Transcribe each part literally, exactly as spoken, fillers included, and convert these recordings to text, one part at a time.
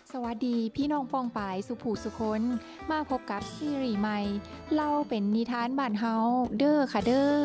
สวัสดีพี่น้องปองปายสุผูสุคนมาพบกับซีรีส์ใหม่เล่าเป็นนิทานบ้านเฮาเด้อค่ะเด้อ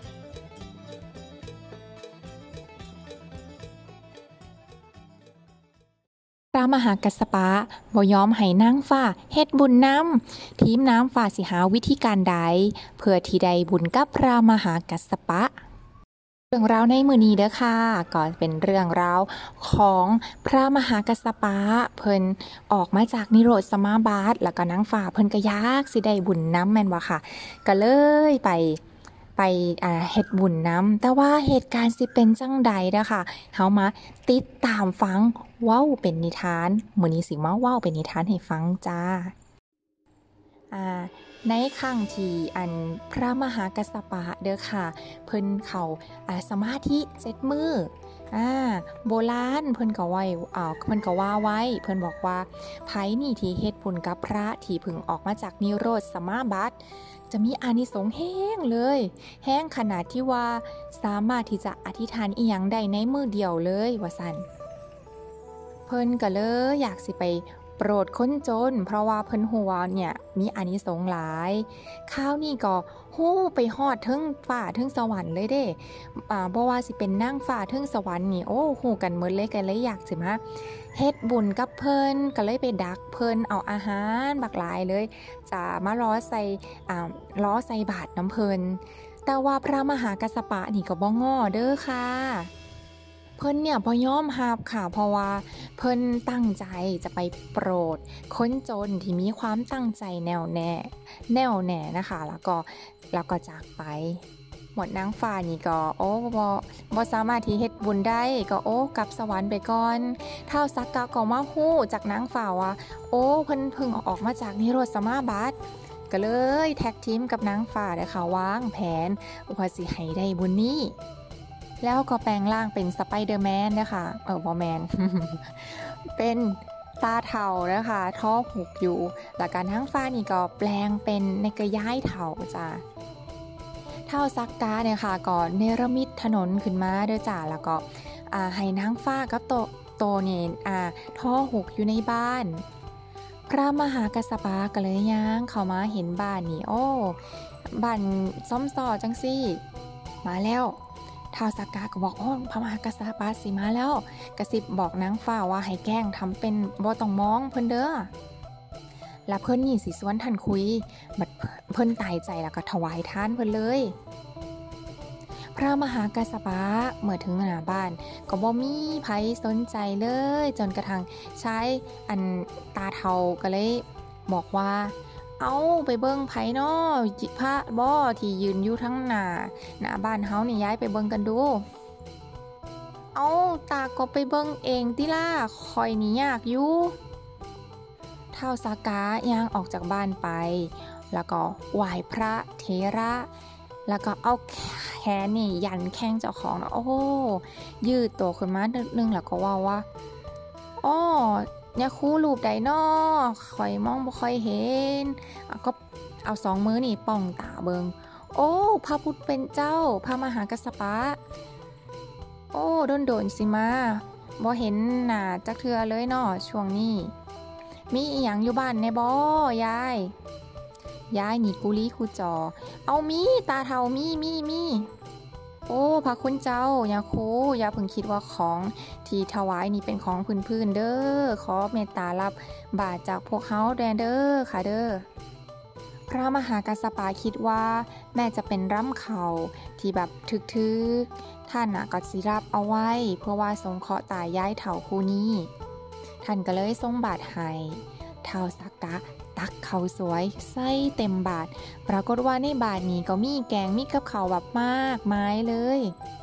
พระมหากัสสปะบ่ยอมให้นางฟ้าเฮ็ดบุญนำทีมน้ำฟ้าสิหาวิธีการใดเพื่อที่ได้บุญกับพระมหากัสสปะเรื่องราวในมื้อนี้เด้อค่ะก็เป็นเรื่องราวของพระมหากัสสปะเพิ่นออกมาจากนิโรธสมาบัติแล้วก็นางฟ้าเพิ่นก็อยากสิได้บุญนำแม่นบ่ค่ะก็เลยไปไปอ่าเฮ็ดบุญนำแต่ว่าเหตุการณ์สิเป็นจังใดเด้อค่ะเฮามาติดตามฟังเว้าเป็นนิทานมื้อนี้สิมาเว้าเป็นนิทานให้ฟังจ้าอ่าในครั้งที่อันพระมหากัสสปะเด้อค่ะเพิ่นเข้าอ่าสมาธิเจ็ดมื้ออ่าโบราณเพิ่นก็ไว้อ่าเพิ่นก็ว่าไว้เพิ่นบอกว่าไผนี่ที่เฮ็ดบุญกับพระที่เพิ่งออกมาจากนิโรธสมาบัติจะมีอานิสงส์แห้งเลยแห้งขนาดที่ว่าสามารถที่จะอธิษฐานอีหยังได้ในมื้อเดียวเลยว่าซั่นเพิ่นก็เลยอยากสิไปโปรดคนจนเพราะว่าเพิ่นฮู้ว่าเนี่ยมีอานิสงส์หลายข้าวนี่ก็ฮู้ไปฮอดเทิงฟ้าเทิงสวรรค์เลยเด้อ่าบ่ว่าสิเป็นนางฟ้าเทิงสวรรค์นี่โอ้ฮู้กันหมดเลยก็เลยอยากสิมาเฮ็ดบุญกับเพิ่นก็เลยไปดักเพิ่นเอาอาหารบักหลายเลยจะมารอใส่อ่าล้อใส่บาตรน้ำเพิ่นแต่ว่าพระมหากัสสปะนี่ก็บ่ง้อเด้อค่ะเพิ่นเนี่ยบ่ยอมรับค่ะเพราะว่าเพิ่นตั้งใจจะไปโปรดคนจนที่มีความตั้งใจแน่วแน่แน่วแน่นะคะแล้วก็แล้วก็จากไปหมดนางฟ้านี่ก็โอ้บ่บ่สามารถที่เฮ็ดบุญได้ก็โอ้กลับสวรรค์ไปก่อนท้าวสักกะก็มาฮู้จากนางฟ้าว่าโอ้เพิ่นเพิ่งออกมาจากนิโรธสมาบัติก็เลยแท็กทีมกับนางฟ้าเด้อค่ะวางแผนว่าสิให้ได้บุญนี้แล้วก็แปลงร่างเป็นสไปเดอร์แมนนะคะเออบ่แมน เป็นตาเฒ่านะคะท้อหุกอยู่แล้วก็นางฟ้านี่ก็แปลงเป็นในกระย้ายเฒ่าจ้ะท้าวซักกะเนี่ยค่ะก็เนรมิตถนนขึ้นมาเด้อจ้ะแล้วก็อ่าให้นางฟ้ากับโตโตนี่อ่าท้อหุกอยู่ในบ้านพระมหากัสสปะก็เลยย่างเข้ามาเห็นบ้านนี่โอ้บ้านซ่อมซอจังซี่มาแล้วท้าวสักกะก็บอกโอ้พระมหากัสสปะสิมาแล้วกระซิบบอกนางฟ้าว่าให้แกล้งทำเป็นบ่ต้องมองเพิ่นเด้อแล้วเพิ่นนี่สิสวนท่านคุยบัดเพิ่นตายใจแล้วก็ถวายทานเพิ่นเลยพระมหากัสสปะเมื่อถึงหน้าบ้านก็บ่มีไผสนใจเลยจนกระทั่งชายอันตาเฒ่าก็เลยบอกว่าเอาไปเบิ่งไผน้อพระบ่ที่ยืนอยู่ทั้งหน้าหน้าบ้านเฮานี่ย้ายไปเบิ่งกันดูเอาตาก็ไปเบิ่งเองติล่ะข่อยนี่อยากอยู่ท้าวสักกะย่างออกจากบ้านไปแล้วก็ไหว้พระเถระแล้วก็เอาแขนนี่ยันแข้งเจ้าของโอ้ยืดตัวขึ้นมานิดนึงแล้วก็ว่าว่าอ้อยาคูรูปใดน้อข่อยมองบ่ค่อยเห็นก็เอาสองมือนี่ป้องตาเบิงโอ้พระพุทธเป็นเจ้าพระมหากัสสปะโอ้โดนโดนสิมาบ่เห็นหน้าจักเทือเลยน้อช่วงนี้มีอีหยังอยู่บ้านแน่บ่ยายยายนี่กุลีกูจอเอามีตาเฒ่ามีมีมีโอ้พระคุณเจ้าอย่าคูอย่าเพิ่งคิดว่าของที่ถวายนี่เป็นของพื้นๆเด้อขอเมตตารับบาตรจากพวกเฮาแดเด้อค่ะเด้อพระมหากัสสปะคิดว่าแม่จะเป็นร่ำเขาที่แบบทึกๆท่านน่ะก็สิรับเอาไว้เพื่อว่าสงเคราะห์ตายายเฒ่าคู่นี้ท่านก็เลยทรงบาตรให้ท้าวสักกะตักข้าวสวยใส่เต็มบาตรปรากฏว่าในบาตรนี้ก็มีแกงมีกับข้าวแบบมากมายเลย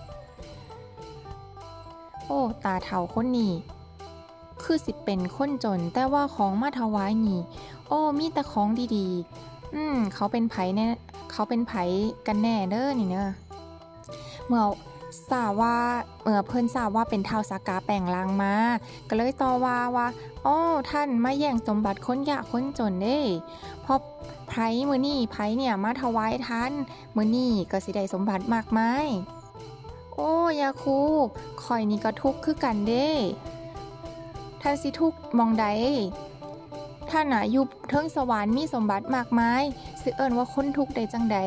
โอ้ตาเฒ่าคนนี้คือสิเป็นคนจนแต่ว่าของมาถวายนี่โอ้มีแต่ของดีๆอืมเขาเป็นไผแน่เขาเป็นไผกันแน่เด้อนี่เนอะเมื่อทราบว่าเมื่อเพิ่นทราบว่าเป็นท้าวสักกะแปลงร่างมาก็เลยต่อว่าว่าอ้อท่านมาแย่งสมบัติคนยากคนจนเด้เพราะไผมื้อนี้ไผเนี่ยมาถวายท่านมื้อนี้ก็สิได้สมบัติมากมายโอ้ยาคูข่อยนี่ก็ทุกข์คือกันเด้ท่านสิทุกข์มองใดท่านน่ะอยู่เทิงสวรรค์มีสมบัติมากมายสิเอิ้นว่าคนทุกข์ได้จังใด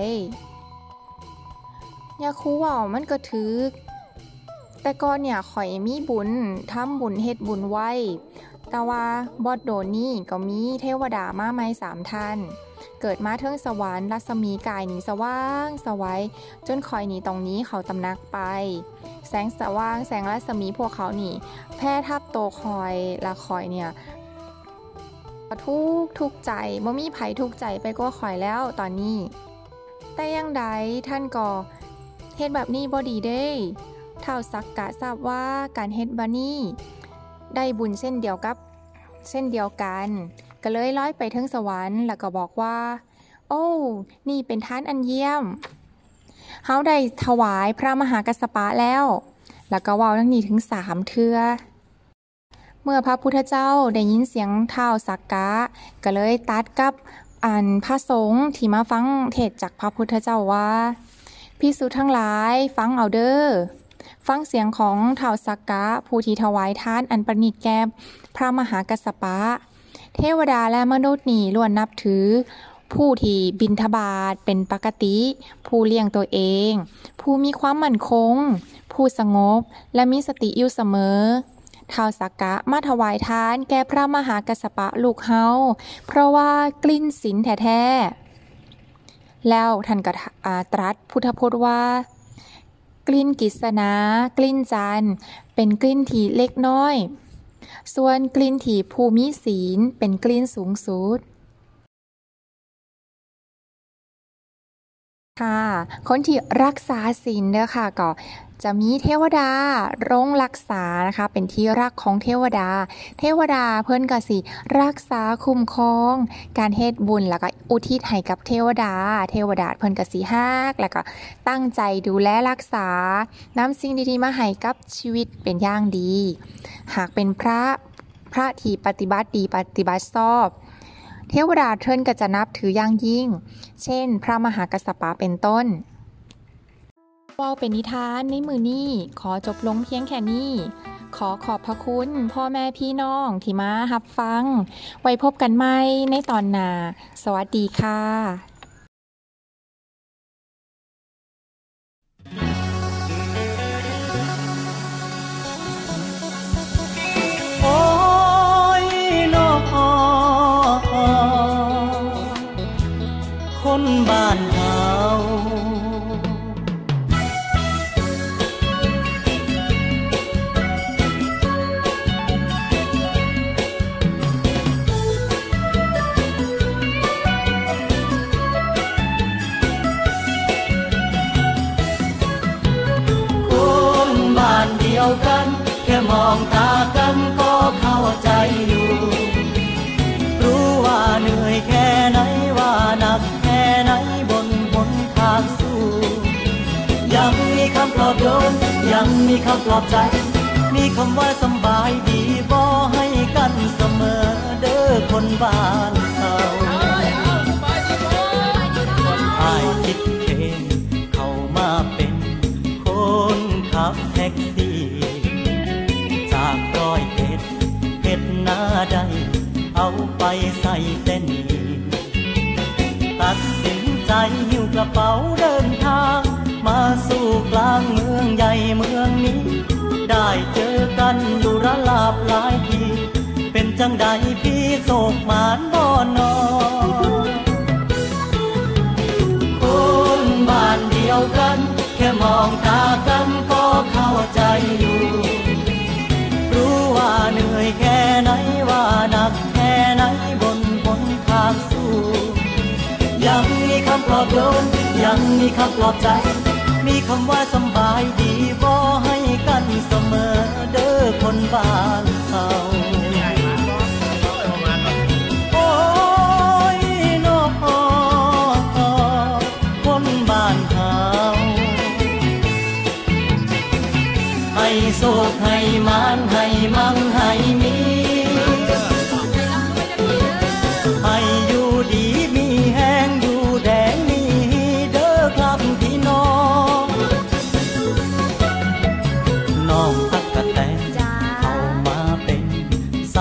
ยาคูเว้ามันก็ถึกแต่ก่อนเนี่ยข่อยมีบุญทำบุญเฮ็ดบุญไว้แต่ว่าบอดโดนนี่ก็มีเทวดามาใหม่สามท่านเกิดมาเทิงสวรรค์รัศมีกายนี่สว่างสวัยจนข่อยนี่ตรงนี้เขาตำนักไปแสงสว่างแสงรัศมีพวกเขานี่แพร่ทับโตคอยละคอยเนี่ยทุกทุกใจบ่มีไผทุกใจไปกว่าข่อยแล้วตอนนี้แต่ยังใดท่านก็เฮ็ดแบบนี้บ่ดีเด้เท่าสักกะทราบว่าการเฮ็ดบะนี้ได้บุญเช่นเดียวกับเช่นเดียวกันก็เลยลอยไปถึงสวรรค์แล้วก็บอกว่าโอ้นี่เป็นทานอันเยี่ยมเฮาได้ถวายพระมหากัสสปะแล้วแล้วก็เว้าทั้งนี้ถึงสามเทื่อเมื่อพระพุทธเจ้าได้ยินเสียงท้าวสักกะก็เลยตัดกับอันพระสงฆ์ที่มาฟังเทศน์จากพระพุทธเจ้าว่าภิกษุทั้งหลายฟังเอาเด้อฟังเสียงของท้าวสักกะผู้ที่ถวายทานอันประณีตแก่พระมหากัสสปะเทวดาและมนุษย์นี่ล้วนนับถือผู้ที่บิณฑบาตเป็นปกติผู้เลี้ยงตัวเองผู้มีความมั่นคงผู้สงบและมีสติอยู่เสมอท้าวสักกะมาถวายทานแก่พระมหากัสสปะลูกเฮาเพราะว่ากลิ่นศีลแท้ๆแล้วท่านก็ตรัสพุทธพจน์ว่ากลิ่นกิษณากลิ่นจันทร์เป็นกลิ่นที่เล็กน้อยส่วนกลิ่นที่ภูมิศีลเป็นกลิ่นสูงสุดค่ะคนที่รักษาศีลเด้อค่ะก็จะมีเทวดารงรักษานะคะเป็นที่รักของเทวดาเทวดาเพิ่นก็สิรักษาคุ้มครองการเฮ็ดบุญแล้วก็อุทิศให้กับเทวดาเทวดาเพิ่นก็สิฮักแล้วก็ตั้งใจดูแลรักษานำสิ่งดีๆมาให้กับชีวิตเป็นอย่างดีหากเป็นพระพระที่ปฏิบัติดีปฏิบัติชอบเทวดาเพิ่นก็จะนับถืออย่างยิ่งเช่นพระมหากัสสปะเป็นต้นเว้าเป็นนิทานในมื้อนี้ขอจบลงเพียงแค่นี้ขอขอบพระคุณพ่อแม่พี่น้องที่มารับฟังไว้พบกันใหม่ในตอนหน้าสวัสดีค่ะโอ้ยน้อคนบ้านเฮากันแค่มองตากันก็เข้าใจอยู่รู้ว่าเหนื่อยแค่ไหนว่าหนักแค่ไหนบนบนทางสู้ยังมีคำปลอบโยนยังมีคำปลอบใจมีคำว่าสบายดีบ่ให้กันเสมอเด้อคนบ้านเขาอ้ายคิดเองเข้ามาเป็นคนขับแท็กซี่จากร้อยเอ็ดเฮ็ดหน้าได้เอาไปใส่เส้นตัดสินใจหิ้วกระเป๋าเดินทางมาสู่กลางเมืองใหญ่เมืองนี้ได้เจอกันอยู่ระลาบหลายทีเป็นจังใดพี่โศกหมานบ่นอคนบ้านเดียวกันแค่มองตากันก็เข้าใจอยู่รู้ว่าเหนื่อยแค่ไหนว่าหนักแค่ไหนบนบนทางสู้ยังมีคำปลอบโยนยังมีคำปลอบใจมีคำว่าสบายดีบ่ให้กันเสมอเด้อคนบ้านเขาโอ้ยน้อคนบ้านเขาให้โศกให้มานให้มั่งให้มีให้อยู่ดีมีแห้งอยู่แดงมีเด้อครับพี่น้องน้องตักกะแตนเข้ามาเป็นส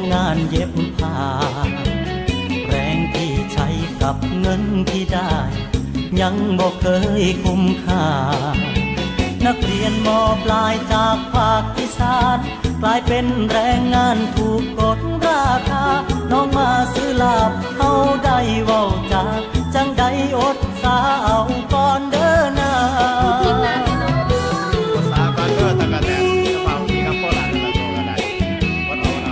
งานเย็บผ้าแรงที่ใช้กับเงินที่ได้ยังบ่เคยคุ้มค่านักเรียนมอปลายจากภาคอีสานกลายเป็นแรงงานถูกกดราคาน้องมาซื้อลาบเอาได้เว้าจาจังใดอดสาเอาก่อนเด้อนาสาก่อนเด้อตะกะแตนกระเป๋ามีคำโบราณละโตก็ได้วัดเอานะ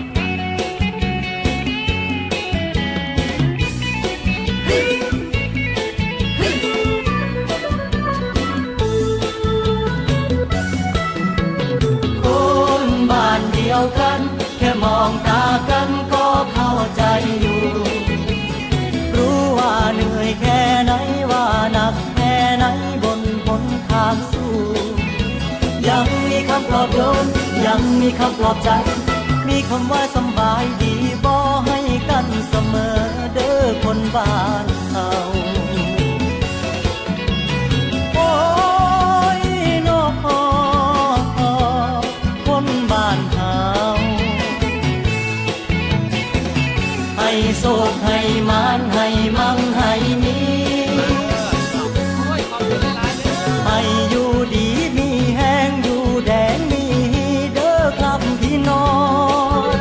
คนบ้านเดียวกันแค่มองตากันก็เข้าใจอยู่รู้ว่าเหนื่อยแค่ไหนว่าหนักแค่ไหนบนหนทางสู้ยังมีคำปลอบโยนยังมีคำปลอบใจมีคำว่าสบายดีบ่ให้กันเสมอเด้อคนบ้านเขาโอ้ยนอคนบ้านเขาให้โศกให้มานให้มั่งให้มีให้อยู่ดีมีแห้งอยู่แดงมีเด้อครับพี่น้อง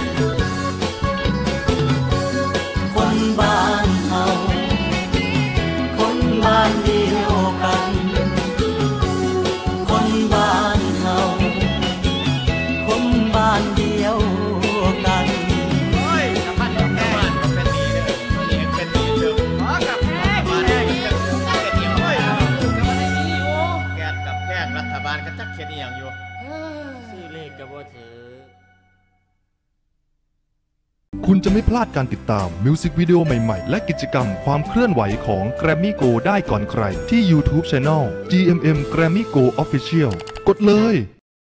คนบ้านเขาคนบ้านเดียวกันคนบ้านเขาคนบ้านเดียวกันโอ้ยชาวบ้านกับบ้านก็เป็นนี่เด้อนี่เป็นนี่เด้อขอกับบ้านแห้งกับเป็นนี่โอ้ยแกนกับแพงรัฐบาลก็จักเขียนอีหยังอยู่ซื้อเลขก็บ่ถือคุณจะไม่พลาดการติดตามมิวสิกวิดีโอใหม่ๆและกิจกรรมความเคลื่อนไหวของ Grammy Go ได้ก่อนใครที่ YouTube Channel จี เอ็ม เอ็ม Grammy Go Official กดเลย